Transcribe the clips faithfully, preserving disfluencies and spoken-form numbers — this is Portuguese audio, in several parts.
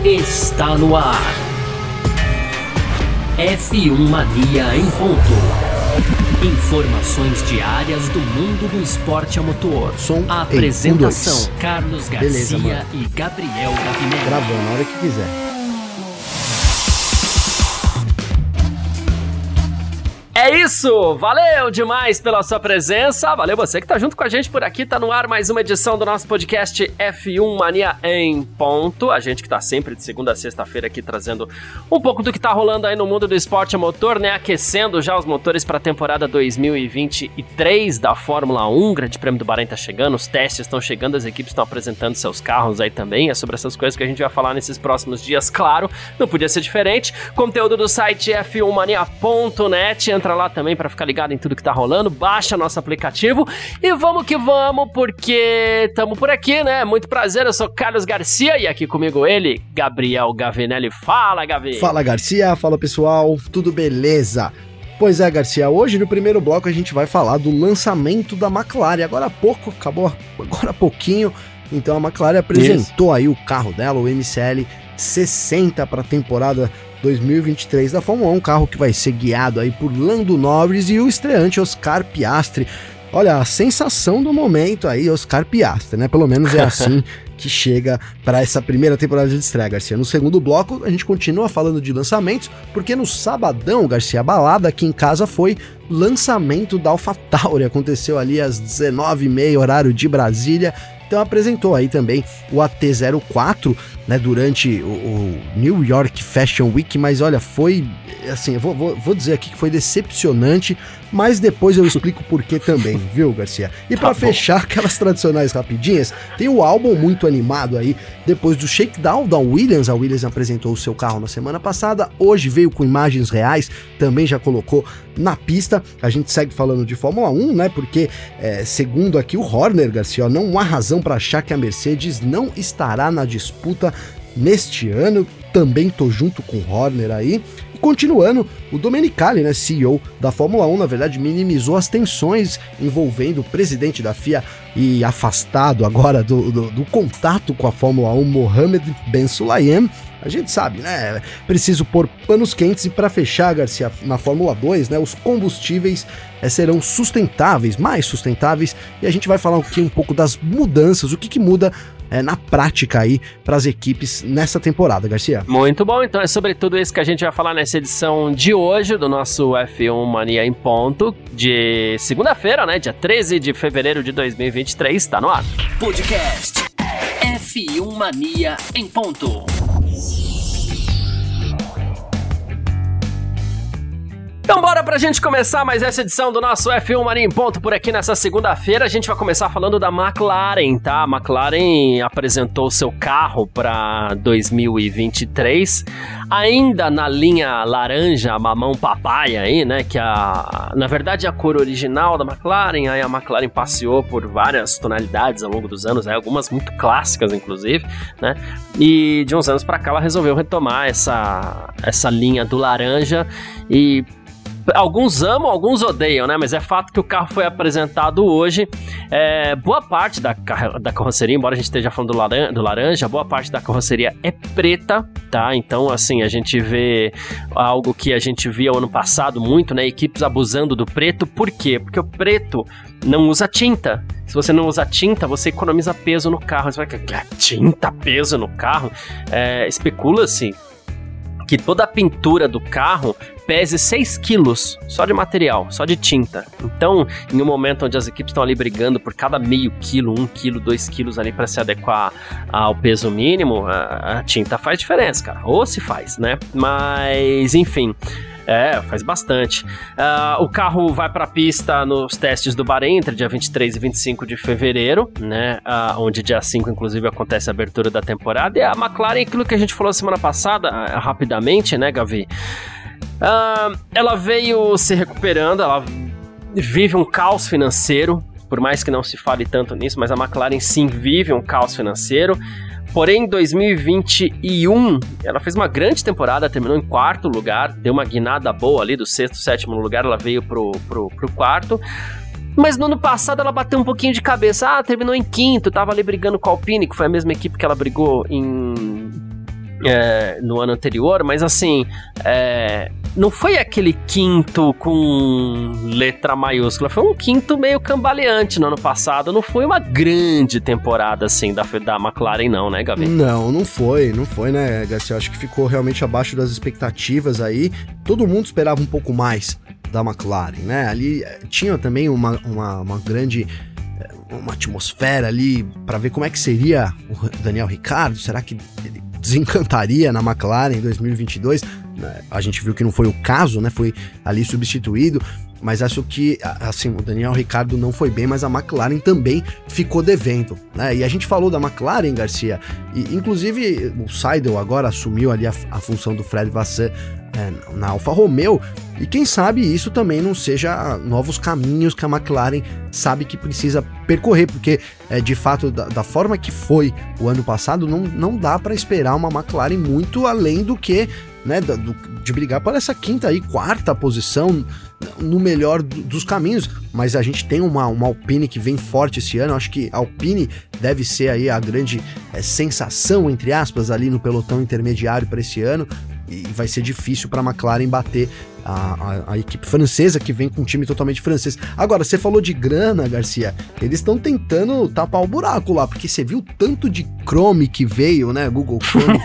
está no ar. F um Mania em ponto. Informações diárias do mundo do esporte a motor. Som a apresentação: um, dois. Carlos Garcia. Beleza, e Gabriel Gavinelli. Gravou na hora que quiser. É isso, valeu demais pela sua presença, valeu você que tá junto com a gente por aqui, tá no ar mais uma edição do nosso podcast F um Mania em ponto, a gente que tá sempre de segunda a sexta-feira aqui trazendo um pouco do que tá rolando aí no mundo do esporte a motor, né, aquecendo já os motores pra temporada dois mil e vinte e três da Fórmula um, o Grande Prêmio do Bahrein tá chegando, os testes estão chegando, as equipes estão apresentando seus carros aí também, é sobre essas coisas que a gente vai falar nesses próximos dias, claro, não podia ser diferente, conteúdo do site F um mania ponto net, entra lá também para ficar ligado em tudo que tá rolando, baixa nosso aplicativo e vamos que vamos, porque estamos por aqui, né? Muito prazer, eu sou Carlos Garcia e aqui comigo ele, Gabriel Gavinelli. Fala, Gavi! Fala, Garcia, fala pessoal, tudo beleza? Pois é, Garcia, hoje no primeiro bloco a gente vai falar do lançamento da McLaren, agora há pouco, acabou agora há pouquinho, então a McLaren apresentou Isso. aí o carro dela, o M C L sessenta para a temporada dois mil e vinte e três da Fórmula um, um carro que vai ser guiado aí por Lando Norris e o estreante Oscar Piastri. Olha, a sensação do momento aí, Oscar Piastri, né? Pelo menos é assim que chega para essa primeira temporada de estreia, Garcia. No segundo bloco, a gente continua falando de lançamentos, porque no sabadão, Garcia, a balada aqui em casa foi lançamento da AlphaTauri. Aconteceu ali às dezenove e meia, horário de Brasília. Então apresentou aí também o A T zero quatro, né, durante o, o New York Fashion Week, mas olha, foi, assim, eu vou, vou, vou dizer aqui que foi decepcionante, mas depois eu explico por que também, viu, Garcia? E tá para fechar aquelas tradicionais rapidinhas, tem o álbum muito animado aí, depois do shakedown da Williams, a Williams apresentou o seu carro na semana passada, hoje veio com imagens reais, também já colocou na pista, a gente segue falando de Fórmula um, né, porque é, segundo aqui o Horner, Garcia, não há razão para achar que a Mercedes não estará na disputa neste ano, também tô junto com o Horner aí. E continuando, o Domenicali, né, C E O da Fórmula um, na verdade minimizou as tensões envolvendo o presidente da F I A e afastado agora do, do, do contato com a Fórmula um, Mohammed Ben Sulayem. A gente sabe, né, preciso pôr panos quentes e para fechar, Garcia, na Fórmula dois, né, os combustíveis é, serão sustentáveis, mais sustentáveis, e a gente vai falar aqui um pouco das mudanças, o que que muda é, na prática aí para as equipes nessa temporada, Garcia. Muito bom, então é sobre tudo isso que a gente vai falar nessa edição de hoje do nosso F um Mania em ponto, de segunda-feira, né, dia treze de fevereiro de dois mil e vinte e três, tá no ar. Podcast F um Mania em ponto. Então bora pra gente começar mais essa edição do nosso F um Mania em ponto por aqui nessa segunda-feira. A gente vai começar falando da McLaren, tá? A McLaren apresentou seu carro para dois mil e vinte e três, ainda na linha laranja, mamão papaya aí, né? Que a, na verdade é a cor original da McLaren, aí a McLaren passeou por várias tonalidades ao longo dos anos, aí algumas muito clássicas inclusive, né? E de uns anos pra cá ela resolveu retomar essa, essa linha do laranja e alguns amam, alguns odeiam, né? Mas é fato que o carro foi apresentado hoje. É, boa parte da, da carroceria, embora a gente esteja falando do laranja, do laranja, boa parte da carroceria é preta, tá? Então, assim, a gente vê algo que a gente via ano passado muito, né? Equipes abusando do preto. Por quê? Porque o preto não usa tinta. Se você não usa tinta, você economiza peso no carro. Você vai querer tinta, peso no carro? É, especula-se que toda a pintura do carro pese seis quilos só de material, só de tinta. Então, em um momento onde as equipes estão ali brigando por cada meio quilo, um quilo, dois quilos ali para se adequar ao peso mínimo, a, a tinta faz diferença, cara. Ou se faz, né? Mas, enfim... É, faz bastante. Uh, o carro vai para a pista nos testes do Bahrein entre dia vinte e três e vinte e cinco de fevereiro, né? Uh, onde dia cinco, inclusive, acontece a abertura da temporada. E a McLaren, aquilo que a gente falou semana passada, uh, rapidamente, né, Gavi? Uh, ela veio se recuperando, ela vive um caos financeiro, por mais que não se fale tanto nisso, mas a McLaren sim vive um caos financeiro. Porém, em dois mil e vinte e um, ela fez uma grande temporada, terminou em quarto lugar, deu uma guinada boa ali do sexto, sétimo lugar, ela veio pro, pro, pro quarto. Mas no ano passado ela bateu um pouquinho de cabeça, ah, terminou em quinto, tava ali brigando com a Alpine, que foi a mesma equipe que ela brigou em é, no ano anterior, mas assim, é, não foi aquele quinto com letra maiúscula, foi um quinto meio cambaleante no ano passado, não foi uma grande temporada assim da, da McLaren não, né, Gavi? Não, não foi, não foi, né, Garcia? Eu acho que ficou realmente abaixo das expectativas aí, todo mundo esperava um pouco mais da McLaren, né, ali tinha também uma, uma, uma grande... uma atmosfera ali para ver como é que seria o Daniel Ricciardo, será que ele desencantaria na McLaren em dois mil e vinte e dois? A gente viu que não foi o caso, né? Foi ali substituído, mas acho que, assim, o Daniel Ricciardo não foi bem, mas a McLaren também ficou devendo, né? E a gente falou da McLaren, Garcia, e inclusive o Seidel agora assumiu ali a, a função do Fred Vasseur é, na Alfa Romeo, e quem sabe isso também não seja novos caminhos que a McLaren sabe que precisa percorrer, porque é, de fato, da, da forma que foi o ano passado, não, não dá para esperar uma McLaren muito além do que, né, do, de brigar por essa quinta e quarta posição no melhor do, dos caminhos, mas a gente tem uma, uma Alpine que vem forte esse ano, acho que a Alpine deve ser aí a grande é, sensação, entre aspas, ali no pelotão intermediário para esse ano, e vai ser difícil para a McLaren bater a, a, a equipe francesa, que vem com um time totalmente francês. Agora, você falou de grana, Garcia, eles estão tentando tapar o buraco lá, porque você viu o tanto de Chrome que veio, né, Google Chrome,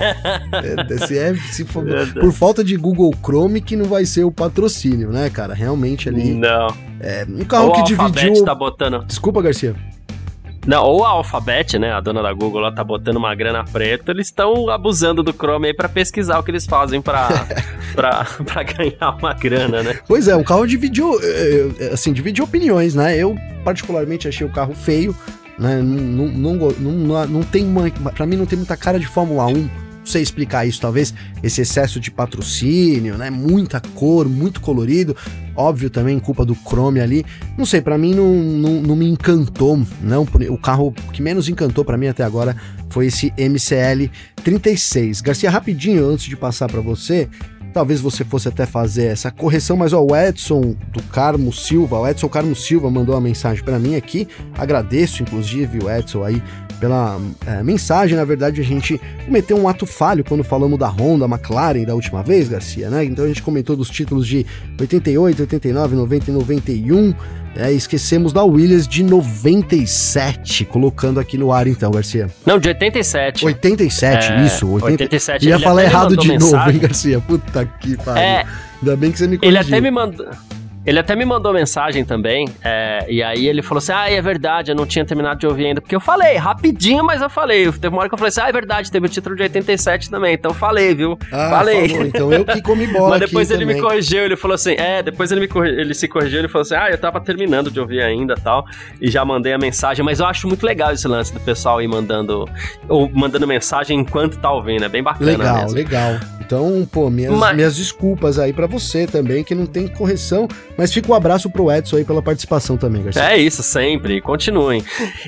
é, se é, se for, por falta de Google Chrome que não vai ser o patrocínio, né, cara, realmente ali... Não. É, um carro ou que a dividiu... Alphabet tá botando... Desculpa, Garcia. Não, ou a Alphabet, né, a dona da Google, ela tá botando uma grana preta, eles estão abusando do Chrome aí pra pesquisar o que eles fazem pra, pra, pra ganhar uma grana, né? Pois é, o carro dividiu, assim, dividiu opiniões, né? Eu, particularmente, achei o carro feio, né? Não, não, não, não, não tem uma, pra mim não tem muita cara de Fórmula um, não sei explicar isso, talvez esse excesso de patrocínio, né? Muita cor, muito colorido, óbvio também culpa do Chrome ali, não sei, pra mim não, não, não me encantou, não, o carro que menos encantou pra mim até agora foi esse M C L trinta e seis. Garcia, rapidinho, antes de passar pra você, talvez você fosse até fazer essa correção, mas ó, o Edson do Carmo Silva, o Edson Carmo Silva mandou uma mensagem pra mim aqui, agradeço inclusive o Edson aí pela é, mensagem. Na verdade a gente cometeu um ato falho quando falamos da Honda, McLaren da última vez, Garcia, né? Então a gente comentou dos títulos de oitenta e oito, oitenta e nove, noventa e noventa e um, é, esquecemos da Williams de noventa e sete, colocando aqui no ar então, Garcia. Não, de oitenta e sete. oitenta e sete, é, isso. oitenta... oitenta e sete. Ia falar errado de mensagem. novo, hein, Garcia? Puta que pariu. É, ainda bem que você me corrigiu. Ele até me mandou... Ele até me mandou mensagem também, é, e aí ele falou assim, ah, é verdade, eu não tinha terminado de ouvir ainda, porque eu falei, rapidinho, mas eu falei, teve uma hora que eu falei assim, ah, é verdade, teve o título de oitenta e sete também, então falei, viu, ah, falei. Falou. Então eu que comi bola. Mas depois aqui ele também. me corrigiu, ele falou assim, é, depois ele, me corri... ele se corrigiu, ele falou assim, ah, eu tava terminando de ouvir ainda e tal, e já mandei a mensagem, mas eu acho muito legal esse lance do pessoal ir mandando, ou mandando mensagem enquanto tá ouvindo, é bem bacana legal, mesmo. Legal, então, pô, minhas, mas... minhas desculpas aí pra você também, que não tem correção, mas fica um abraço pro Edson aí pela participação também, Garcia. É isso, sempre, continuem.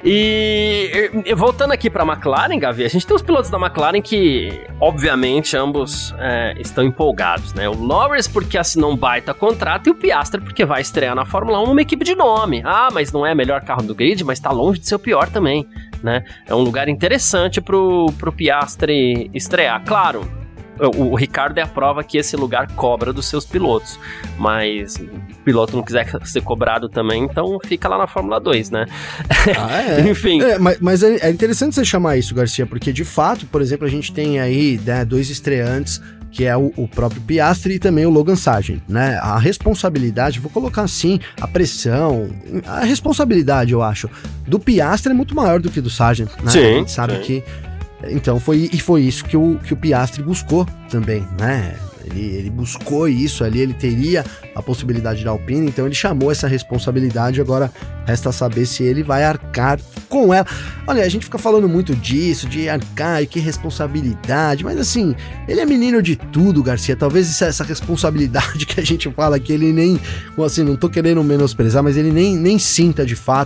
E, e voltando aqui pra McLaren, Gavi, a gente tem os pilotos da McLaren que, obviamente, ambos é, estão empolgados, né? O Norris porque assinou um baita contrato e o Piastri porque vai estrear na Fórmula um numa equipe de nome. Ah, mas não é o melhor carro do grid, mas tá longe de ser o pior também, né? É um lugar interessante pro, pro Piastri estrear. Claro, O, o Ricardo é a prova que esse lugar cobra dos seus pilotos, mas o piloto não quiser ser cobrado também, então fica lá na Fórmula dois, né? Ah, é. Enfim. É, mas mas é, é interessante você chamar isso, Garcia, porque de fato, por exemplo, a gente tem aí, né, dois estreantes, que é o, o próprio Piastri e também o Logan Sargent, né? A responsabilidade, vou colocar assim, a pressão, a responsabilidade, eu acho, do Piastri é muito maior do que do Sargent, né? Sim, a gente sabe sim. que então, foi, e foi isso que o, que o Piastri buscou também, né? Ele, ele buscou isso ali, ele teria a possibilidade da Alpine, então ele chamou essa responsabilidade, agora resta saber se ele vai arcar com ela. Olha, a gente fica falando muito disso, de arcar e que responsabilidade, mas assim, ele é menino de tudo, Garcia, talvez essa, essa responsabilidade que a gente fala que ele nem, assim, não tô querendo menosprezar, mas ele nem, nem sinta de fato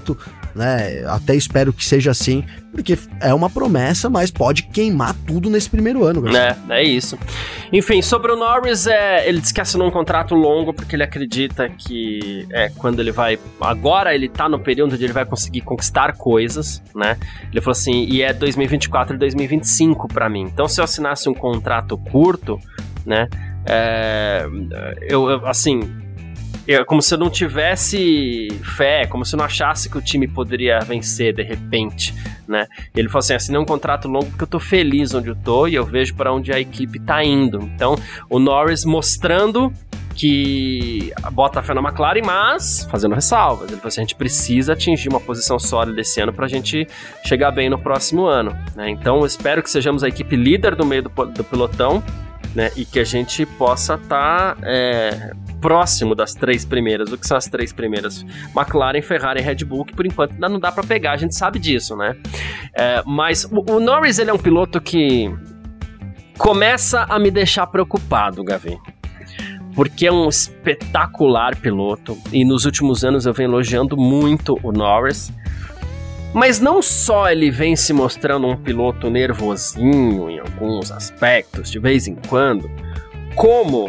né? Até espero que seja assim, porque é uma promessa, mas pode queimar tudo nesse primeiro ano, Garcia. É, é isso. Enfim, sobre o Norris, é, ele disse que assinou um contrato longo porque ele acredita que é quando ele vai... Agora ele tá no período onde ele vai conseguir conquistar coisas, né? Ele falou assim, e é dois mil e vinte e quatro e dois mil e vinte e cinco pra mim. Então, se eu assinasse um contrato curto, né? É, eu, eu, assim... É como se eu não tivesse fé, como se eu não achasse que o time poderia vencer de repente, né? Ele falou assim, assinei um contrato longo porque eu tô feliz onde eu tô e eu vejo para onde a equipe tá indo. Então, o Norris mostrando que bota a fé na McLaren, mas fazendo ressalvas. Ele falou assim, a gente precisa atingir uma posição sólida esse ano pra gente chegar bem no próximo ano, né? Então, eu espero que sejamos a equipe líder do meio do, do pelotão, né? E que a gente possa estar... Tá, é, próximo das três primeiras. O que são as três primeiras? McLaren, Ferrari e Red Bull, que por enquanto ainda não dá pra pegar, a gente sabe disso, né? É, mas o, o Norris, ele é um piloto que começa a me deixar preocupado, Gavi. Porque é um espetacular piloto e nos últimos anos eu venho elogiando muito o Norris. Mas não só ele vem se mostrando um piloto nervosinho em alguns aspectos, de vez em quando, como,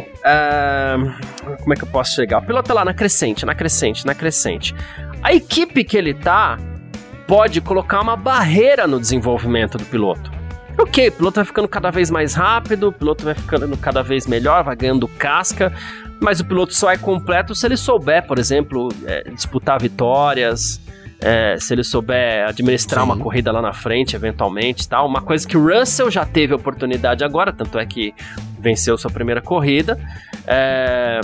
uh, como é que eu posso chegar? O piloto tá lá na crescente, na crescente, na crescente. A equipe que ele tá pode colocar uma barreira no desenvolvimento do piloto. Ok, o piloto vai ficando cada vez mais rápido, o piloto vai ficando cada vez melhor, vai ganhando casca, mas o piloto só é completo se ele souber, por exemplo, é, disputar vitórias, é, se ele souber administrar Sim. uma corrida lá na frente, eventualmente, tal. Uma coisa que o Russell já teve oportunidade agora, tanto é que venceu sua primeira corrida, é,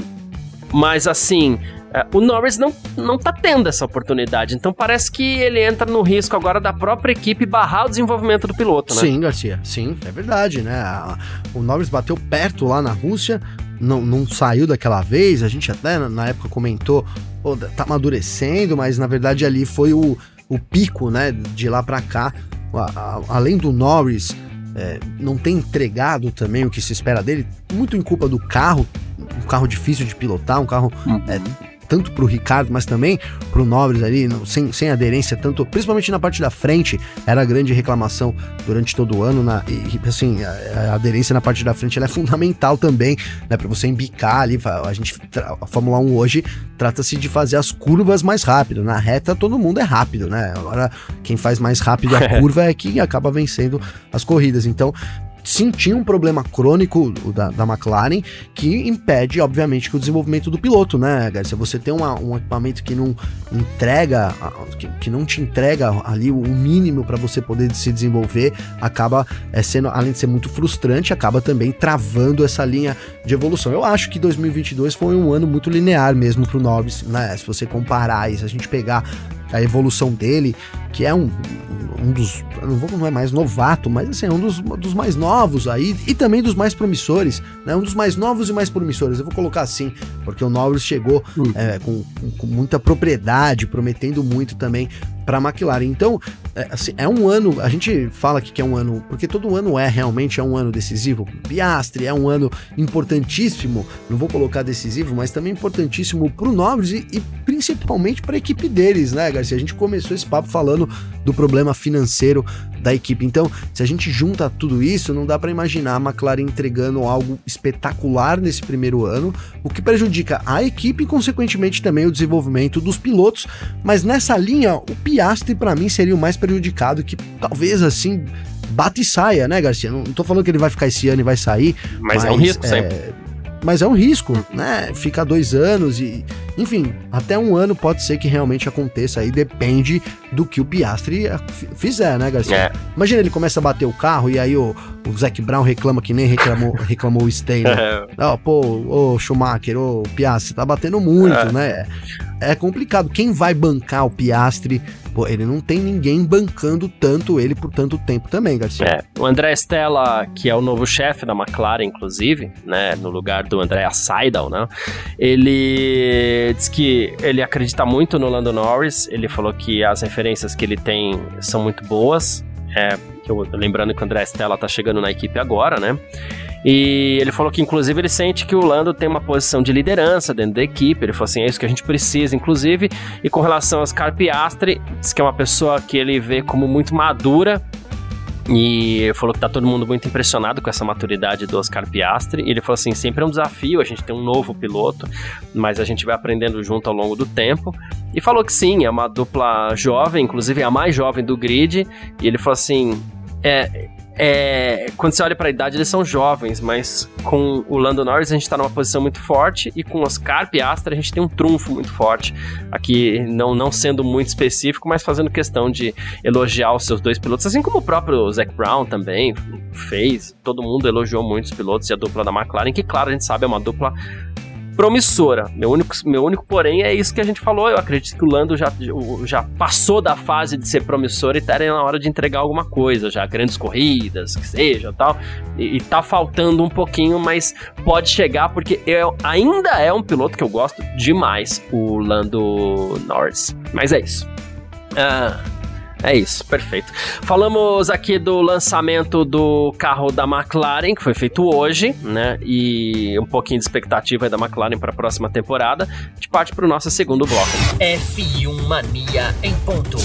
mas assim, é, o Norris não, não tá tendo essa oportunidade, então parece que ele entra no risco agora da própria equipe barrar o desenvolvimento do piloto, né? Sim, Garcia, sim, é verdade, né? O Norris bateu perto lá na Rússia, não, não saiu daquela vez, a gente até na época comentou, pô, tá amadurecendo, mas na verdade ali foi o, o pico, né, de lá pra cá, a, a, além do Norris... É, não tem entregado também o que se espera dele, muito em culpa do carro, um carro difícil de pilotar, um carro uhum. é, tanto pro Ricardo, mas também pro Norris ali, no, sem, sem aderência, tanto, principalmente na parte da frente, era a grande reclamação durante todo o ano, na, e assim, a, a aderência na parte da frente ela é fundamental também, né, pra você embicar ali, a gente, a Fórmula um hoje trata-se de fazer as curvas mais rápido, na reta todo mundo é rápido, né, agora quem faz mais rápido a curva é quem acaba vencendo as corridas, então sim, tinha um problema crônico da, da McLaren que impede, obviamente, que o desenvolvimento do piloto, né, Garcia? Você tem uma, um equipamento que não entrega, que, que não te entrega ali o mínimo para você poder se desenvolver, acaba é, sendo, além de ser muito frustrante, acaba também travando essa linha de evolução. Eu acho que dois mil e vinte e dois foi um ano muito linear mesmo pro Norris, né? Se você comparar e se a gente pegar a evolução dele, que é um, um dos, não, vou, não é mais novato, mas assim, é um dos, dos mais novos aí, e também dos mais promissores, né, um dos mais novos e mais promissores, eu vou colocar assim, porque o Norris chegou hum. é, com, com muita propriedade, prometendo muito também para a McLaren, então, é, assim, é um ano, a gente fala aqui que é um ano, porque todo ano é realmente é um ano decisivo, Piastri é um ano importantíssimo, não vou colocar decisivo, mas também importantíssimo pro Norris e, e principalmente para a equipe deles, né, Garcia? A gente começou esse papo falando do problema financeiro da equipe, então se a gente junta tudo isso, não dá para imaginar a McLaren entregando algo espetacular nesse primeiro ano, o que prejudica a equipe e consequentemente também o desenvolvimento dos pilotos, mas nessa linha o Piastri para mim seria o mais prejudicado, que talvez assim bate e saia, né, Garcia? Não, não tô falando que ele vai ficar esse ano e vai sair, mas, mas é um risco é, sempre. Mas é um risco, né? Fica dois anos e... Enfim, até um ano pode ser que realmente aconteça aí, depende do que o Piastri fizer, né, Garcia? É. Imagina, ele começa a bater o carro e aí o, o Zac Brown reclama que nem reclamou, reclamou o Steiner. É. Oh, pô, ô Schumacher, ô Piastri, tá batendo muito, é. né? É complicado. Quem vai bancar o Piastri? Pô, ele não tem ninguém bancando tanto ele por tanto tempo também, Garcia. É. O André Stella, que é o novo chefe da McLaren, inclusive, né, no lugar do Andrea Seidel, né, ele diz que ele acredita muito no Lando Norris, ele falou que as referências que ele tem são muito boas, é, eu, lembrando que o André Stella tá chegando na equipe agora, né, E ele falou que, inclusive, ele sente que o Lando tem uma posição de liderança dentro da equipe. Ele falou assim, é isso que a gente precisa, inclusive. E com relação ao Oscar Piastri, diz que é uma pessoa que ele vê como muito madura. E falou que tá todo mundo muito impressionado com essa maturidade do Oscar Piastri. E ele falou assim, sempre é um desafio, a gente tem um novo piloto, mas a gente vai aprendendo junto ao longo do tempo. E falou que sim, é uma dupla jovem, inclusive é a mais jovem do grid. E ele falou assim, é... É, quando você olha para a idade, eles são jovens, mas com o Lando Norris a gente está numa posição muito forte e com o Oscar Piastri a gente tem um trunfo muito forte. Aqui, não, não sendo muito específico, mas fazendo questão de elogiar os seus dois pilotos, assim como o próprio Zac Brown também fez. Todo mundo elogiou muito os pilotos e a dupla da McLaren, que, claro, a gente sabe, é uma dupla promissora. Meu único, meu único porém é isso que a gente falou. Eu acredito que o Lando já, já passou da fase de ser promissor e estaria na hora de entregar alguma coisa, já grandes corridas, que seja, tal, e, e tá faltando um pouquinho, mas pode chegar, porque eu, ainda é um piloto que eu gosto demais, o Lando Norris. Mas é isso. Ah... É isso, perfeito. Falamos aqui do lançamento do carro da McLaren, que foi feito hoje, né? E um pouquinho de expectativa aí da McLaren para a próxima temporada. A gente parte para o nosso segundo bloco. F um Mania em ponto.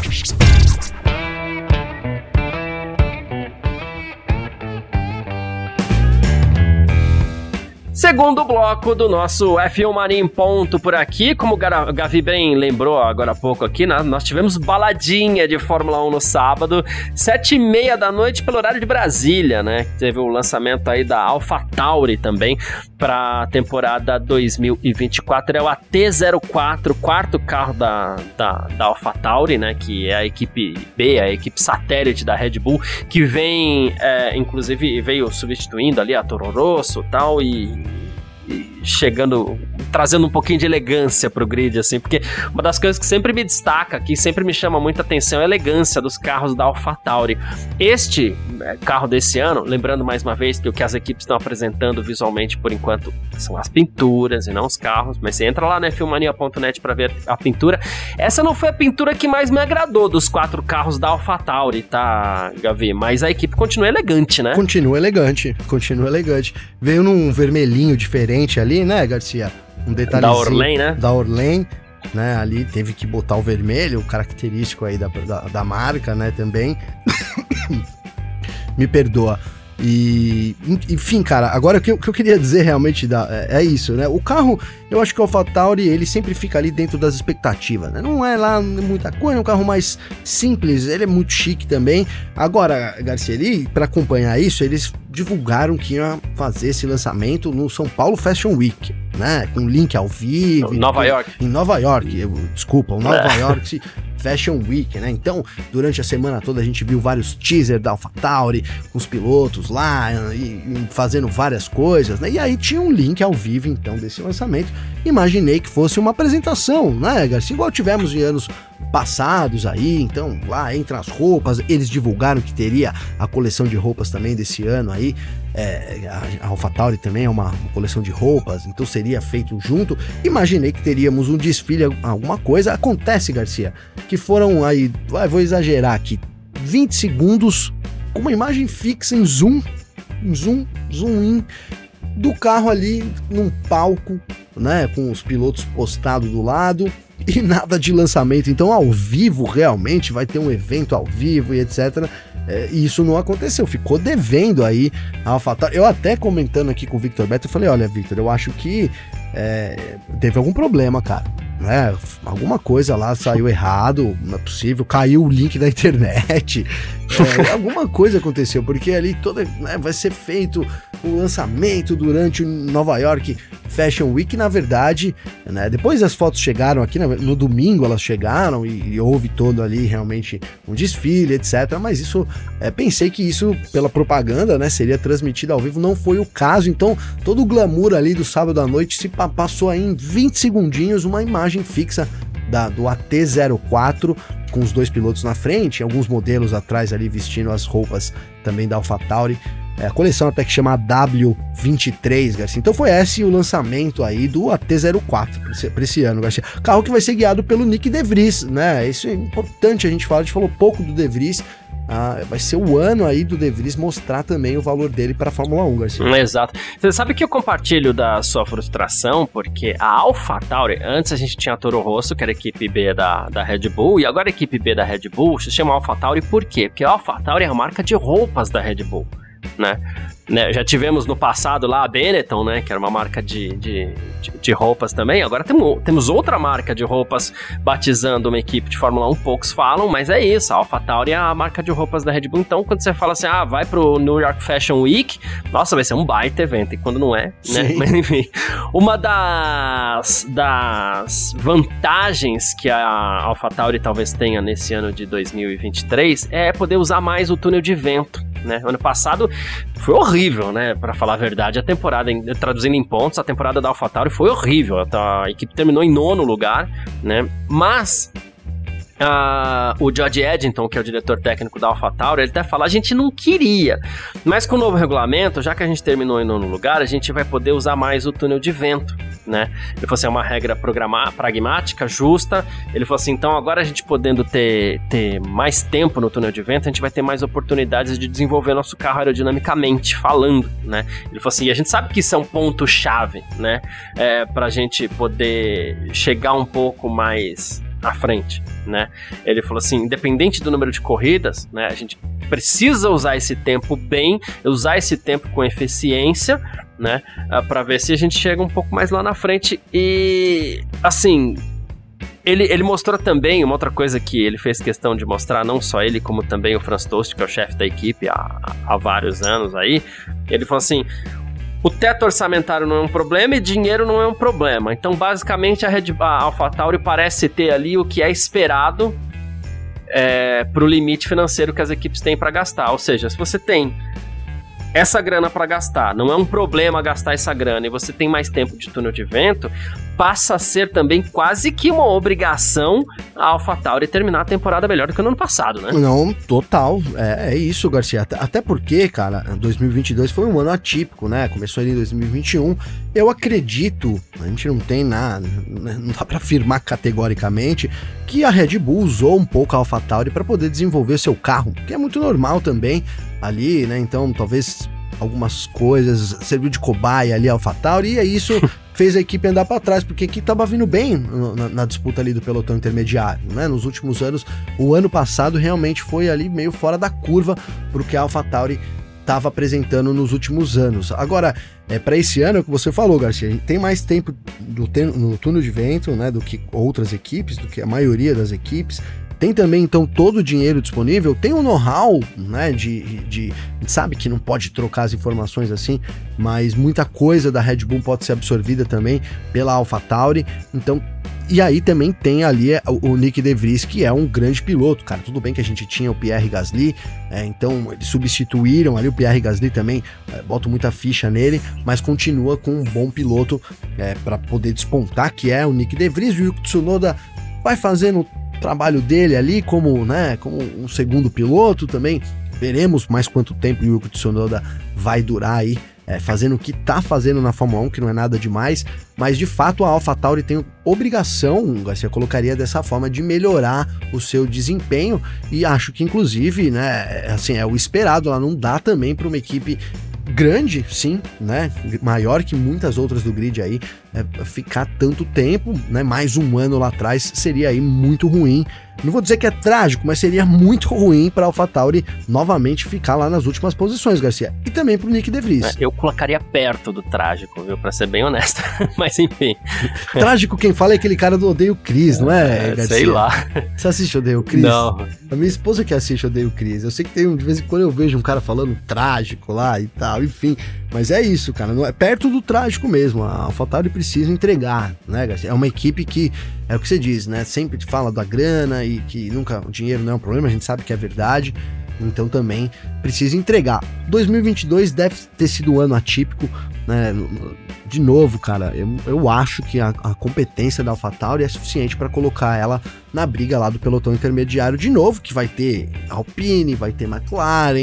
Segundo bloco do nosso F um Mania em ponto por aqui. Como o Gavi bem lembrou agora há pouco aqui, nós tivemos baladinha de Fórmula um no sábado, sete e meia da noite pelo horário de Brasília, né? Teve o lançamento aí da AlphaTauri também para a temporada dois mil e vinte e quatro. É o A T zero quatro, quarto carro da, da, da AlphaTauri, né? Que é a equipe B, a equipe satélite da Red Bull, que vem, é, inclusive, veio substituindo ali a Toro Rosso e tal, e chegando, trazendo um pouquinho de elegância pro grid, assim, porque uma das coisas que sempre me destaca, que sempre me chama muita atenção, é a elegância dos carros da AlphaTauri. Este carro desse ano, lembrando mais uma vez que o que as equipes estão apresentando visualmente por enquanto são as pinturas e não os carros, mas você entra lá na F um Mania ponto net para ver a pintura. Essa não foi a pintura que mais me agradou dos quatro carros da AlphaTauri, tá, Gavi? Mas a equipe continua elegante, né? Continua elegante, continua elegante. Veio num vermelhinho diferente ali, né, Garcia? Um detalhezinho. Da Orlen, né? Da Orlen, né? Ali teve que botar o vermelho, o característico aí da, da, da marca, né, também. Me perdoa. E, enfim, cara, agora o que eu, que eu queria dizer realmente da, é, é isso, né? O carro, eu acho que o AlphaTauri, ele sempre fica ali dentro das expectativas, né? Não é lá muita coisa, é um carro mais simples, ele é muito chique também. Agora, Garcia, ali, pra acompanhar isso, eles divulgaram que ia fazer esse lançamento no São Paulo Fashion Week, né? Com link ao vivo. Nova em, York. Em Nova York, eu, desculpa, o Nova York Fashion Week, né? Então, durante a semana toda a gente viu vários teasers da AlphaTauri, com os pilotos lá, e, e fazendo várias coisas, né? E aí tinha um link ao vivo, então, desse lançamento. Imaginei que fosse uma apresentação, né, Garcia? Igual tivemos em anos passados aí, então lá entre as roupas, eles divulgaram que teria a coleção de roupas também desse ano aí, é, a AlphaTauri também é uma, uma coleção de roupas, então seria feito junto. Imaginei que teríamos um desfile, alguma coisa. Acontece, Garcia, que foram aí, vou exagerar aqui, vinte segundos com uma imagem fixa em zoom, em zoom, zoom in, do carro ali num palco, né, com os pilotos postados do lado, e nada de lançamento. Então, ao vivo, realmente vai ter um evento ao vivo e etcétera. É, e isso não aconteceu, ficou devendo aí a AlphaTauri. Eu até comentando aqui com o Victor Beto, eu falei, olha, Victor, eu acho que é, teve algum problema, cara, né? Alguma coisa lá saiu errado, não é possível, caiu o link da internet, é, alguma coisa aconteceu, porque ali toda, né, vai ser feito o lançamento durante o Nova York Fashion Week, na verdade, né, depois as fotos chegaram aqui, no domingo elas chegaram e, e houve todo ali realmente um desfile, etcétera, mas isso, é, pensei que isso, pela propaganda, né, seria transmitido ao vivo, não foi o caso. Então todo o glamour ali do sábado à noite se passou aí em vinte segundinhos, uma imagem fixa da, do A T zero quatro, com os dois pilotos na frente, alguns modelos atrás ali vestindo as roupas também da AlphaTauri. É, a coleção até que chama W vinte e três, Garcia. Então foi esse o lançamento aí do A T zero quatro para esse, esse ano, Garcia. Carro que vai ser guiado pelo Nick De Vries, né? Isso é importante a gente falar, a gente falou pouco do De Vries ah, vai ser o ano aí do De Vries mostrar também o valor dele para a Fórmula um, Garcia. Exato. Você sabe que eu compartilho da sua frustração, porque a AlphaTauri, antes a gente tinha a Toro Rosso, que era a equipe B da, da Red Bull, e agora a equipe B da Red Bull se chama AlphaTauri por quê? Porque a AlphaTauri é a marca de roupas da Red Bull, né? Né, já tivemos no passado lá a Benetton, né, que era uma marca de, de, de, de roupas também. Agora temos, temos outra marca de roupas batizando uma equipe de Fórmula um, poucos falam, mas é isso, a AlphaTauri é a marca de roupas da Red Bull. Então quando você fala assim, ah, vai pro New York Fashion Week, nossa, vai ser um baita evento, e quando não é, né, Sim. Mas enfim, uma das, das vantagens que a AlphaTauri talvez tenha nesse ano de dois mil e vinte e três é poder usar mais o túnel de vento, né. Ano passado foi horrível, né, pra falar a verdade, a temporada, em, traduzindo em pontos, a temporada da AlphaTauri foi horrível, a, a equipe terminou em nono lugar, né, mas Uh, o George Eddington, que é o diretor técnico da AlphaTauri, ele até fala, a gente não queria, mas com o novo regulamento, já que a gente terminou em nono lugar, a gente vai poder usar mais o túnel de vento, né? Ele falou assim, é uma regra programa- pragmática, justa. Ele falou assim, então agora a gente podendo ter, ter mais tempo no túnel de vento, a gente vai ter mais oportunidades de desenvolver nosso carro aerodinamicamente falando, né? Ele falou assim, e a gente sabe que isso é um ponto-chave, né? É, pra gente poder chegar um pouco mais à frente, né? Ele falou assim, independente do número de corridas, né, a gente precisa usar esse tempo bem, usar esse tempo com eficiência, né, para ver se a gente chega um pouco mais lá na frente. E assim, ele, ele mostrou também uma outra coisa que ele fez questão de mostrar, não só ele, como também o Franz Tost, que é o chefe da equipe há, há vários anos aí. Ele falou assim, o teto orçamentário não é um problema e dinheiro não é um problema. Então, basicamente, a, Red, a AlphaTauri parece ter ali o que é esperado é, para o limite financeiro que as equipes têm para gastar. Ou seja, se você tem essa grana para gastar, não é um problema gastar essa grana, e você tem mais tempo de túnel de vento, passa a ser também quase que uma obrigação a AlphaTauri terminar a temporada melhor do que no ano passado, né? Não, total, é, é isso, Garcia, até, até porque, cara, dois mil e vinte e dois foi um ano atípico, né, começou ali em dois mil e vinte e um, eu acredito, a gente não tem nada, não dá pra afirmar categoricamente que a Red Bull usou um pouco a AlphaTauri para poder desenvolver seu carro, que é muito normal também ali, né, então talvez algumas coisas, serviu de cobaia ali a AlphaTauri, e é isso fez a equipe andar para trás, porque aqui tava vindo bem na, na disputa ali do pelotão intermediário, né? Nos últimos anos, o ano passado realmente foi ali meio fora da curva pro que a AlphaTauri estava apresentando nos últimos anos. Agora, é, para esse ano, é o que você falou, Garcia, a gente tem mais tempo do ten- no túnel de vento, né, do que outras equipes, do que a maioria das equipes. Tem também, então, todo o dinheiro disponível, tem um know-how, né, de, de, de... sabe que não pode trocar as informações assim, mas muita coisa da Red Bull pode ser absorvida também pela AlphaTauri, então... E aí também tem ali o, o Nick De Vries, que é um grande piloto, cara, tudo bem que a gente tinha o Pierre Gasly, é, então eles substituíram ali o Pierre Gasly também, é, boto muita ficha nele, mas continua com um bom piloto é, para poder despontar, que é o Nick De Vries. O Yuki Tsunoda vai fazendo trabalho dele ali como, né, como um segundo piloto também. Veremos mais quanto tempo o Yuki Tsunoda vai durar aí, é, fazendo o que tá fazendo na Fórmula um, que não é nada demais, mas de fato a AlphaTauri tem obrigação, Garcia, colocaria dessa forma, de melhorar o seu desempenho, e acho que inclusive, né, assim, é o esperado, ela não dá também para uma equipe grande, sim, né, maior que muitas outras do grid aí, é, ficar tanto tempo, né, mais um ano lá atrás seria aí muito ruim. Não vou dizer que é trágico, mas seria muito ruim para a AlphaTauri novamente ficar lá nas últimas posições, Garcia. E também para o Nick De Vries. Eu colocaria perto do trágico, viu? Para ser bem honesto. Mas enfim. Trágico quem fala é aquele cara do Odeio Chris, não é, é Garcia? Sei lá. Você assiste Odeio Chris? Não. A minha esposa que assiste Odeio Chris. Eu sei que tem um, de vez em quando eu vejo um cara falando trágico lá e tal, enfim. Mas é isso, cara. Não é perto do trágico mesmo. A AlphaTauri precisa entregar, né, Garcia? É uma equipe que, é o que você diz, né? Sempre te fala da grana e que nunca o dinheiro não é um problema, a gente sabe que é verdade. Então também precisa entregar. dois mil e vinte e dois deve ter sido um ano atípico, né? De novo, cara, eu, eu acho que a, a competência da AlphaTauri é suficiente para colocar ela na briga lá do pelotão intermediário de novo, que vai ter Alpine, vai ter McLaren,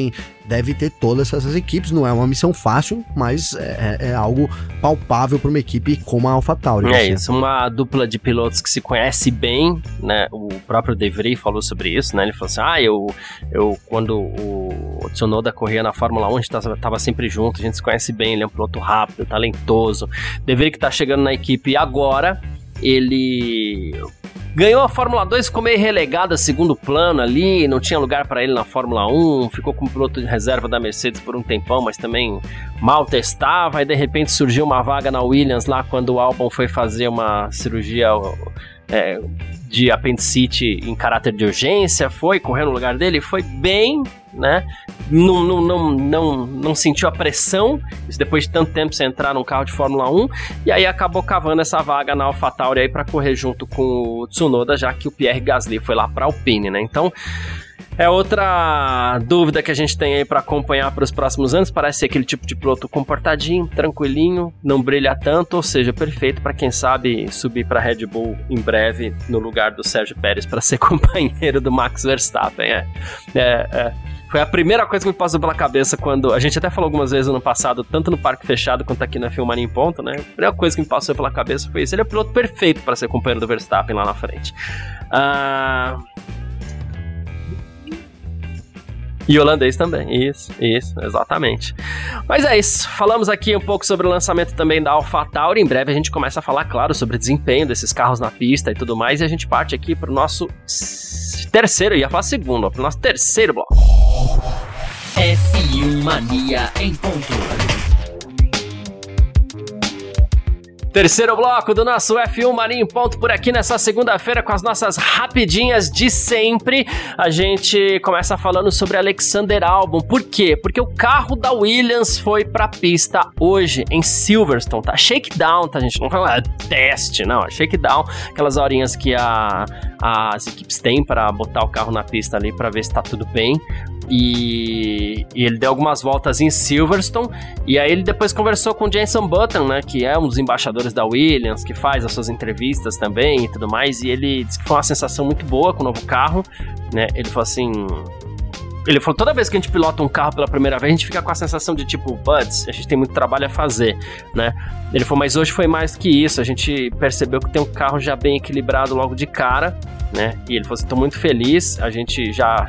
deve ter todas essas equipes. Não é uma missão fácil, mas é, é algo palpável para uma equipe como a AlphaTauri. É isso, uma dupla de pilotos que se conhece bem, né? O próprio De Vries falou sobre isso, né? Ele falou assim, ah, eu, eu quando o Tsunoda corria na Fórmula um, a gente tava, tava sempre junto, a gente se conhece bem, ele é um piloto rápido, talentoso. De Vries que tá chegando na equipe agora, ele ganhou a Fórmula dois, ficou meio relegado a segundo plano ali, não tinha lugar para ele na Fórmula um, ficou como piloto de reserva da Mercedes por um tempão, mas também mal testava, e de repente surgiu uma vaga na Williams lá quando o Albon foi fazer uma cirurgia é, de apendicite em caráter de urgência, foi correr no lugar dele, foi bem, né? Não, não, não, não, não sentiu a pressão, isso depois de tanto tempo sem entrar num carro de Fórmula um, e aí acabou cavando essa vaga na AlphaTauri aí para correr junto com o Tsunoda, já que o Pierre Gasly foi lá para a Alpine, né? Então é outra dúvida que a gente tem aí para acompanhar para os próximos anos. Parece ser aquele tipo de piloto comportadinho, tranquilinho, não brilha tanto, ou seja, perfeito para quem sabe subir para Red Bull em breve no lugar do Sérgio Pérez para ser companheiro do Max Verstappen. É, é, é. Foi a primeira coisa que me passou pela cabeça quando... A gente até falou algumas vezes no passado, tanto no Parque Fechado quanto aqui na F um Mania em Ponto, né? A primeira coisa que me passou pela cabeça foi isso. Ele é o piloto perfeito para ser companheiro do Verstappen lá na frente. Ah... E holandês também, isso, isso, exatamente. Mas é isso, falamos aqui um pouco sobre o lançamento também da AlphaTauri. Em breve a gente começa a falar, claro, sobre o desempenho desses carros na pista e tudo mais. E a gente parte aqui pro nosso terceiro, ia falar segundo, ó, pro nosso terceiro bloco. F um Mania em ponto. Terceiro bloco do nosso F um Mania em Ponto por aqui nessa segunda-feira com as nossas rapidinhas de sempre. A gente começa falando sobre Alexander Albon. Por quê? Porque o carro da Williams foi pra pista hoje em Silverstone, tá? Shakedown, tá, gente? Não fala teste, não. É shakedown, aquelas horinhas que a, as equipes têm pra botar o carro na pista ali pra ver se tá tudo bem. E, e ele deu algumas voltas em Silverstone, e aí ele depois conversou com o Jenson Button, né, que é um dos embaixadores da Williams, que faz as suas entrevistas também e tudo mais, e ele disse que foi uma sensação muito boa com o novo carro, né, ele falou assim... Ele falou, toda vez que a gente pilota um carro pela primeira vez, a gente fica com a sensação de tipo, buds, a gente tem muito trabalho a fazer, né? Ele falou, mas hoje foi mais do que isso, a gente percebeu que tem um carro já bem equilibrado logo de cara, né? E ele falou assim, tô muito feliz, a gente já...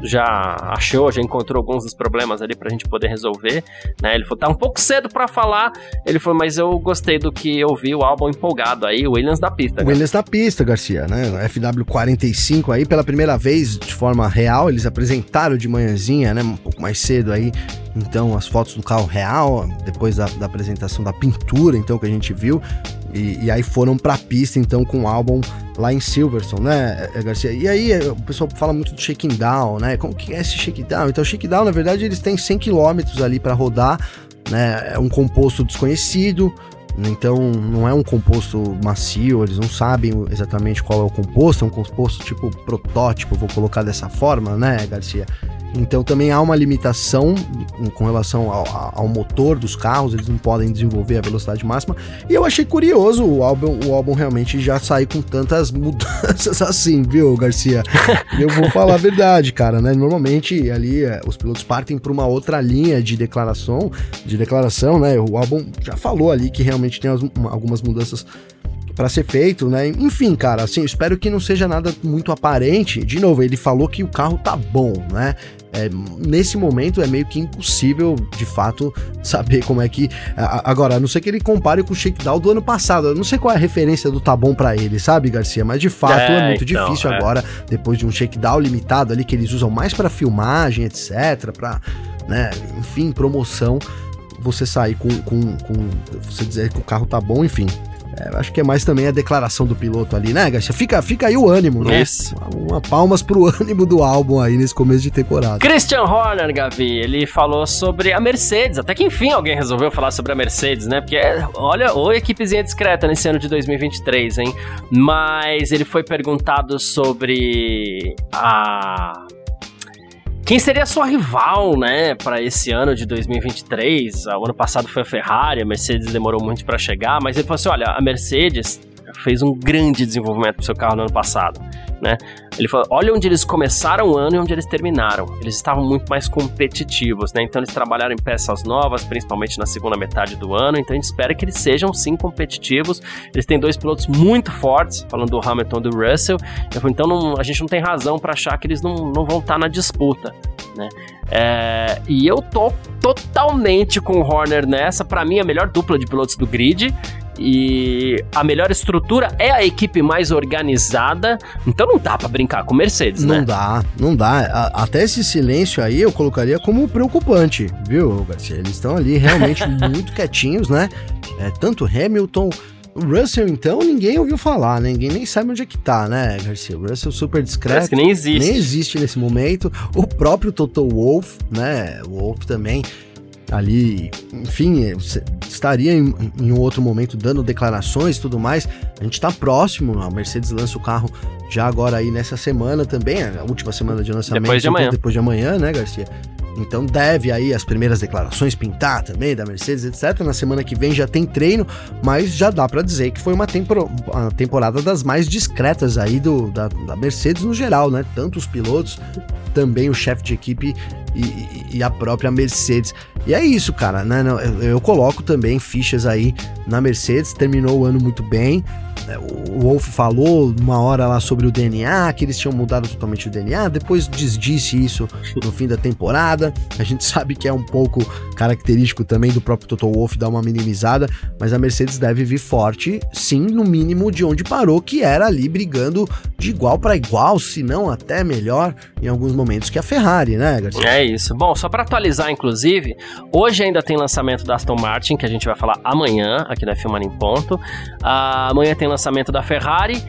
já achou, já encontrou alguns dos problemas ali pra gente poder resolver, né, ele falou, tá um pouco cedo pra falar, ele falou, mas eu gostei do que eu vi o Albon empolgado aí, o Williams da pista. Williams da pista, Garcia, né, F W quarenta e cinco aí, pela primeira vez de forma real, eles apresentaram de manhãzinha, né, um pouco mais cedo aí, então as fotos do carro real, depois da, da apresentação da pintura, então, que a gente viu, e, e aí foram pra pista, então, com o Albon lá em Silverstone, né, Garcia? E aí o pessoal fala muito do shaking down, né? Como que é esse shakedown? Então, o shakedown, na verdade, eles têm cem quilômetros ali para rodar, né? É um composto desconhecido, então não é um composto macio, eles não sabem exatamente qual é o composto, é um composto tipo protótipo, vou colocar dessa forma, né, Garcia? Então também há uma limitação com relação ao, ao motor dos carros, eles não podem desenvolver a velocidade máxima, e eu achei curioso o Albon, o Albon realmente já sair com tantas mudanças assim, viu, Garcia? Eu vou falar a verdade, cara, né? Normalmente ali os pilotos partem para uma outra linha de declaração, de declaração, né? O Albon já falou ali que realmente tem as, algumas mudanças para ser feito, né? Enfim, cara, assim, eu espero que não seja nada muito aparente. De novo, ele falou que o carro tá bom, né? É, nesse momento é meio que impossível, de fato, saber como é que... Agora, a não ser que ele compare com o shakedown do ano passado. Eu não sei qual é a referência do tá bom pra ele, sabe, Garcia? Mas, de fato, é, é muito então, difícil é. agora, depois de um shakedown limitado ali, que eles usam mais pra filmagem, etcétera, pra, né, enfim, promoção, você sair com, com, com... Você dizer que o carro tá bom, enfim... É, acho que é mais também a declaração do piloto ali, né, Garcia? Fica, fica aí o ânimo, né? Isso. Uma, uma palmas pro ânimo do Albon aí nesse começo de temporada. Christian Horner, Gavi, ele falou sobre a Mercedes. Até que enfim alguém resolveu falar sobre a Mercedes, né? Porque, olha, ou equipezinha discreta nesse ano de dois mil e vinte e três, hein? Mas ele foi perguntado sobre a... quem seria a sua rival, né, para esse ano de dois mil e vinte e três? O ano passado foi a Ferrari, a Mercedes demorou muito para chegar, mas ele falou assim, olha, a Mercedes, fez um grande desenvolvimento pro seu carro no ano passado, né? Ele falou, olha onde eles começaram o ano e onde eles terminaram. Eles estavam muito mais competitivos, né? Então eles trabalharam em peças novas, principalmente na segunda metade do ano, então a gente espera que eles sejam sim competitivos. Eles têm dois pilotos muito fortes, falando do Hamilton e do Russell. Eu falei, então não, a gente não tem razão para achar que eles não, não vão estar na disputa, né? É, e eu tô totalmente com o Horner nessa. Pra mim, a melhor dupla de pilotos do grid. E a melhor estrutura é a equipe mais organizada. Então não dá pra brincar com Mercedes, não né? Não dá, não dá. A, até esse silêncio aí eu colocaria como preocupante, viu, Garcia? Eles estão ali realmente muito quietinhos, né? É, tanto Hamilton... O Russell, então, ninguém ouviu falar, né? Ninguém nem sabe onde é que tá, né, Garcia? O Russell super discreto. Parece que nem existe. Nem existe nesse momento. O próprio Toto Wolff, né? O Wolff também ali, enfim, estaria em, em um outro momento dando declarações e tudo mais. A gente tá próximo, a Mercedes lança o carro já agora aí nessa semana também, a última semana de lançamento. Depois de amanhã. Então, depois de amanhã, né, Garcia? Então deve aí as primeiras declarações pintar também da Mercedes, etcétera. Na semana que vem já tem treino, mas já dá pra dizer que foi uma, tempor- uma temporada das mais discretas aí do, da, da Mercedes no geral, né? Tanto os pilotos, também o chefe de equipe e, e, e a própria Mercedes. E é isso, cara, né? Eu, eu coloco também fichas aí na Mercedes, terminou o ano muito bem. O Wolff falou uma hora lá sobre o D N A, que eles tinham mudado totalmente o D N A, depois desdisse isso no fim da temporada. A gente sabe que é um pouco característico também do próprio Toto Wolff dar uma minimizada, mas a Mercedes deve vir forte, sim, no mínimo de onde parou, que era ali brigando de igual para igual, se não até melhor em alguns momentos que a Ferrari, né, Garcia? É isso. Bom, só para atualizar, inclusive, hoje ainda tem lançamento da Aston Martin, que a gente vai falar amanhã, aqui na F um Mania em Ponto. Uh, amanhã tem lançamento da Ferrari.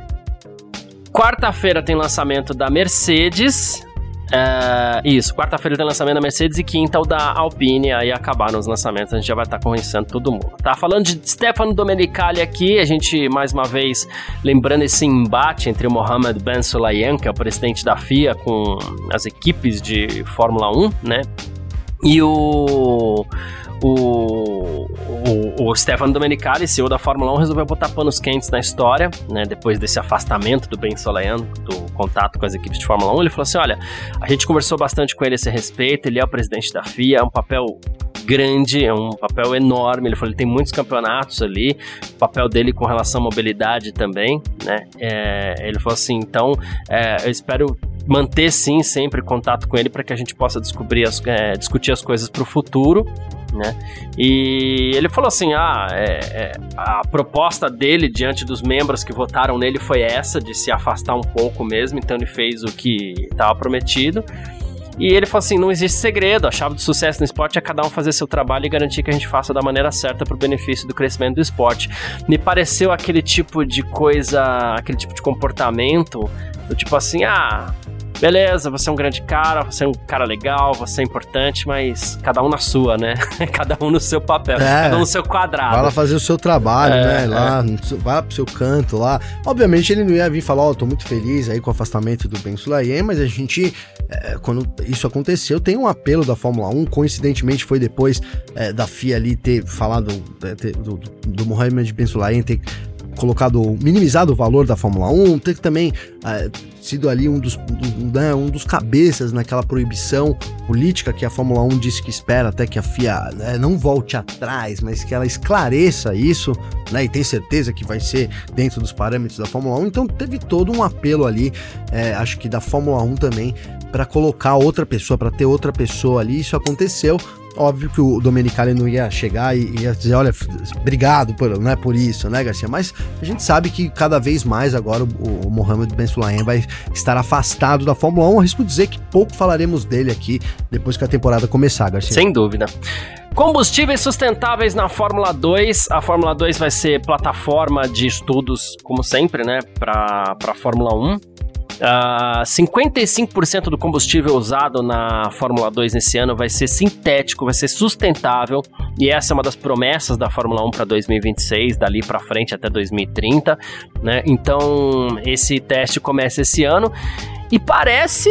Quarta-feira tem lançamento da Mercedes. Uh, isso, quarta-feira tem lançamento da Mercedes e quinta o da Alpine. Aí acabaram os lançamentos, a gente já vai estar conhecendo todo mundo. Tá falando de Stefano Domenicali aqui, a gente mais uma vez lembrando esse embate entre o Mohammed Ben Sulayem, que é o presidente da F I A, com as equipes de Fórmula um, né? E o... O, o, o Stefano Domenicali, C E O da Fórmula um, resolveu botar panos quentes na história, né, depois desse afastamento do Ben Sulayem do contato com as equipes de Fórmula um. Ele falou assim, olha, a gente conversou bastante com ele a esse respeito, ele é o presidente da F I A, é um papel grande, é um papel enorme. Ele falou, ele tem muitos campeonatos ali, o papel dele com relação à mobilidade também, né, é, ele falou assim, então é, eu espero manter sim sempre contato com ele para que a gente possa descobrir as, é, discutir as coisas para o futuro, né? E ele falou assim, ah, é, é, a proposta dele diante dos membros que votaram nele foi essa, de se afastar um pouco mesmo, então ele fez o que estava prometido. E ele falou assim, não existe segredo, a chave do sucesso no esporte é cada um fazer seu trabalho e garantir que a gente faça da maneira certa para o benefício do crescimento do esporte. Me pareceu aquele tipo de coisa, aquele tipo de comportamento, do tipo assim, ah... beleza, você é um grande cara, você é um cara legal, você é importante, mas cada um na sua, né? Cada um no seu papel, é, cada um no seu quadrado. Vai lá fazer o seu trabalho, é, né? Lá, é. Vai lá pro seu canto lá. Obviamente ele não ia vir falar, ó, oh, tô muito feliz aí com o afastamento do Ben Sulayem, mas a gente, é, quando isso aconteceu, tem um apelo da Fórmula um, coincidentemente foi depois é, da F I A ali ter falado do, do, do Mohammed Ben Sulayem ter colocado, minimizado o valor da Fórmula um, ter também é, sido ali um dos, um, né, um dos cabeças naquela proibição política que a Fórmula um disse que espera até que a F I A, né, não volte atrás, mas que ela esclareça isso, né, e tem certeza que vai ser dentro dos parâmetros da Fórmula um, então teve todo um apelo ali, é, acho que da Fórmula um também, para colocar outra pessoa, para ter outra pessoa ali, isso aconteceu. Óbvio que o Domenicali não ia chegar e ia dizer, olha, obrigado por, né, por isso, né, Garcia? Mas a gente sabe que cada vez mais agora o, o Mohammed Ben Sulayem vai estar afastado da Fórmula um. Arrisco dizer que pouco falaremos dele aqui depois que a temporada começar, Garcia. Sem dúvida. Combustíveis sustentáveis na Fórmula dois. A Fórmula dois vai ser plataforma de estudos, como sempre, né, para a Fórmula um. Uh, cinquenta e cinco por cento do combustível usado na Fórmula dois nesse ano vai ser sintético, vai ser sustentável, e essa é uma das promessas da Fórmula um para dois mil e vinte e seis, dali para frente até dois mil e trinta, né? Então esse teste começa esse ano e parece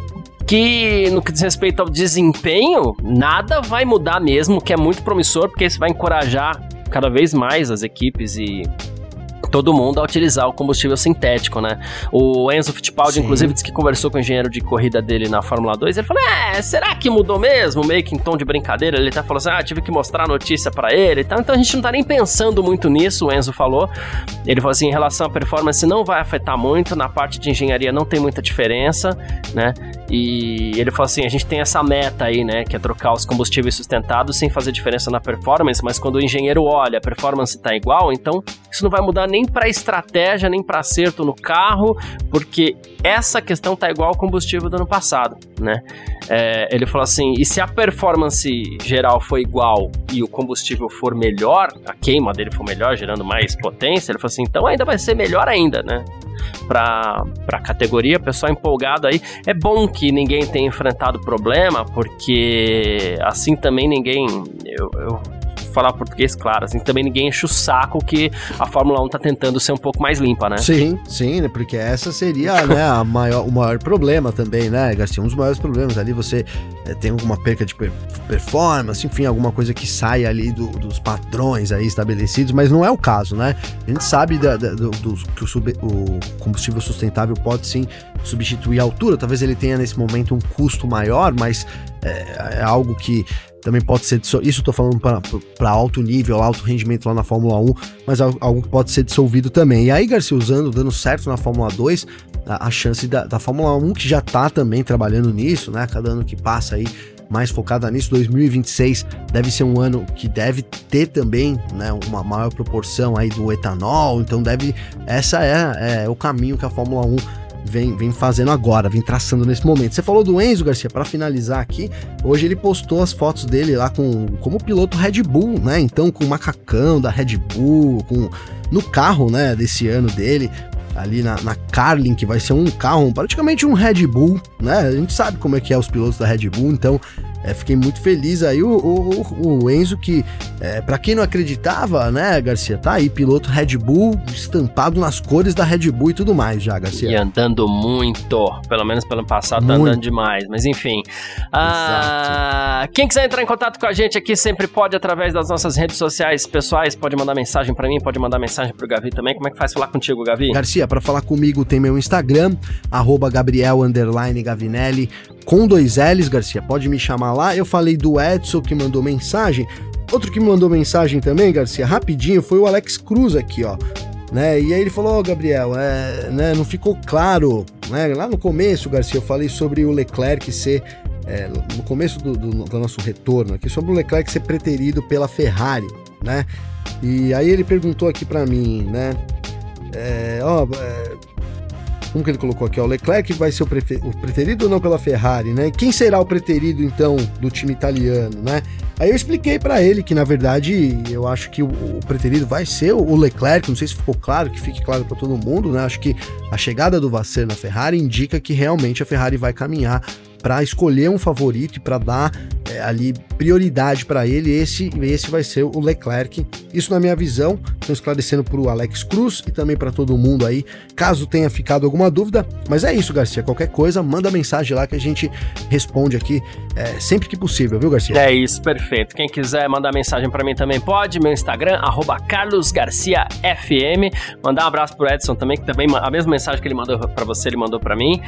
que no que diz respeito ao desempenho, nada vai mudar mesmo, que é muito promissor, porque isso vai encorajar cada vez mais as equipes e todo mundo a utilizar o combustível sintético, né? O Enzo Fittipaldi, Sim. inclusive, disse que conversou com o engenheiro de corrida dele na Fórmula dois, ele falou, é, será que mudou mesmo? Meio que em tom de brincadeira, ele até falou assim, ah, tive que mostrar a notícia pra ele e tal, então a gente não tá nem pensando muito nisso, o Enzo falou. Ele falou assim, em relação à performance não vai afetar muito, na parte de engenharia não tem muita diferença, né? E ele falou assim, a gente tem essa meta aí, né, que é trocar os combustíveis sustentados sem fazer diferença na performance, mas quando o engenheiro olha, a performance tá igual, então isso não vai mudar nem para estratégia, nem para acerto no carro, porque essa questão tá igual ao combustível do ano passado, né? É, ele falou assim, e se a performance geral for igual e o combustível for melhor, a queima dele for melhor, gerando mais potência, ele falou assim, então ainda vai ser melhor ainda, né? Pra, pra categoria, o pessoal empolgado aí. É bom que ninguém tenha enfrentado problema, porque assim também ninguém... Eu, eu falar português claro, assim, também ninguém enche o saco que a Fórmula um tá tentando ser um pouco mais limpa, né? Sim, sim, né? Porque essa seria, né, a maior, o maior problema também, né, Garcia? Um dos maiores problemas ali, você é, tem alguma perca de per- performance, enfim, alguma coisa que sai ali do, dos padrões aí estabelecidos, mas não é o caso, né? A gente sabe da, da, do, do, que o, sub, o combustível sustentável pode sim substituir a altura, talvez ele tenha nesse momento um custo maior, mas é, é algo que também pode ser, isso eu tô falando para alto nível, alto rendimento lá na Fórmula um, mas algo que pode ser dissolvido também. E aí, Garcia, usando, dando certo na Fórmula dois, a, a chance da, da Fórmula um, que já tá também trabalhando nisso, né, cada ano que passa aí, mais focada nisso, dois mil e vinte e seis deve ser um ano que deve ter também, né, uma maior proporção aí do etanol, então deve, essa é, é o caminho que a Fórmula um Vem, vem fazendo agora, vem traçando nesse momento. Você falou do Enzo, Garcia, para finalizar aqui, hoje ele postou as fotos dele lá com, como piloto Red Bull, né, então com o macacão da Red Bull, com, no carro, né, desse ano dele, ali na, na Carlin, que vai ser um carro, praticamente um Red Bull, né, a gente sabe como é que é os pilotos da Red Bull, então é, fiquei muito feliz aí, o, o, o Enzo que, é, pra quem não acreditava, né, Garcia, tá aí, piloto Red Bull, estampado nas cores da Red Bull e tudo mais já, Garcia. E andando muito, pelo menos pelo ano passado tá andando demais, mas enfim. Ah, quem quiser entrar em contato com a gente aqui sempre pode através das nossas redes sociais pessoais, pode mandar mensagem pra mim, pode mandar mensagem pro Gavi também. Como é que faz falar contigo, Gavi? Garcia, pra falar comigo tem meu Instagram, arroba Gabriel underline Gavinelli, com dois L's, Garcia, pode me chamar lá. Eu falei do Edson que mandou mensagem. Outro que me mandou mensagem também, Garcia, rapidinho, foi o Alex Cruz aqui, ó. Né? E aí ele falou, ó, oh, Gabriel, é, né, não ficou claro, né? Lá no começo, Garcia, eu falei sobre o Leclerc ser, é, no começo do, do, do nosso retorno aqui, sobre o Leclerc ser preterido pela Ferrari, né? E aí ele perguntou aqui pra mim, né? É, ó, é, como que ele colocou aqui, ó, o Leclerc vai ser o, prefer- o preterido ou não pela Ferrari, né? Quem será o preterido, então, do time italiano, né? Aí eu expliquei pra ele que, na verdade, eu acho que o, o preterido vai ser o Leclerc, não sei se ficou claro, que fique claro pra todo mundo, né? Acho que a chegada do Vasser na Ferrari indica que realmente a Ferrari vai caminhar para escolher um favorito e para dar é, ali prioridade para ele, esse, esse vai ser o Leclerc. Isso na minha visão, estou esclarecendo para o Alex Cruz e também para todo mundo aí, caso tenha ficado alguma dúvida. Mas é isso, Garcia, qualquer coisa, manda mensagem lá que a gente responde aqui é, sempre que possível, viu, Garcia? É isso, perfeito. Quem quiser mandar mensagem para mim também pode, meu Instagram, arroba Carlos Garcia F M. Mandar um abraço pro Edson também, que também a mesma mensagem que ele mandou para você, ele mandou para mim.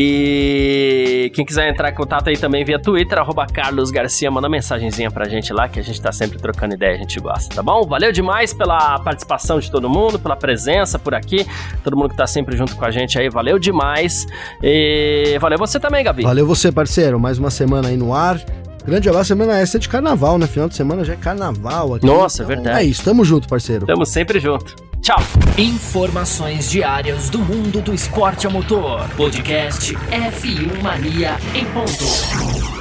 E quem quiser entrar em contato aí também via Twitter, arroba Carlos Garcia, manda mensagenzinha pra gente lá, que a gente tá sempre trocando ideia, a gente gosta, tá bom? Valeu demais pela participação de todo mundo, pela presença por aqui, todo mundo que tá sempre junto com a gente aí, valeu demais. E valeu você também, Gabi. Valeu você, parceiro, mais uma semana aí no ar. Grande abraço, semana essa é de carnaval, né? Final de semana já é carnaval aqui. Nossa, então, verdade. É isso, tamo junto, parceiro. Tamo sempre junto. Tchau. Informações diárias do mundo do esporte a motor. Podcast F um Mania em ponto.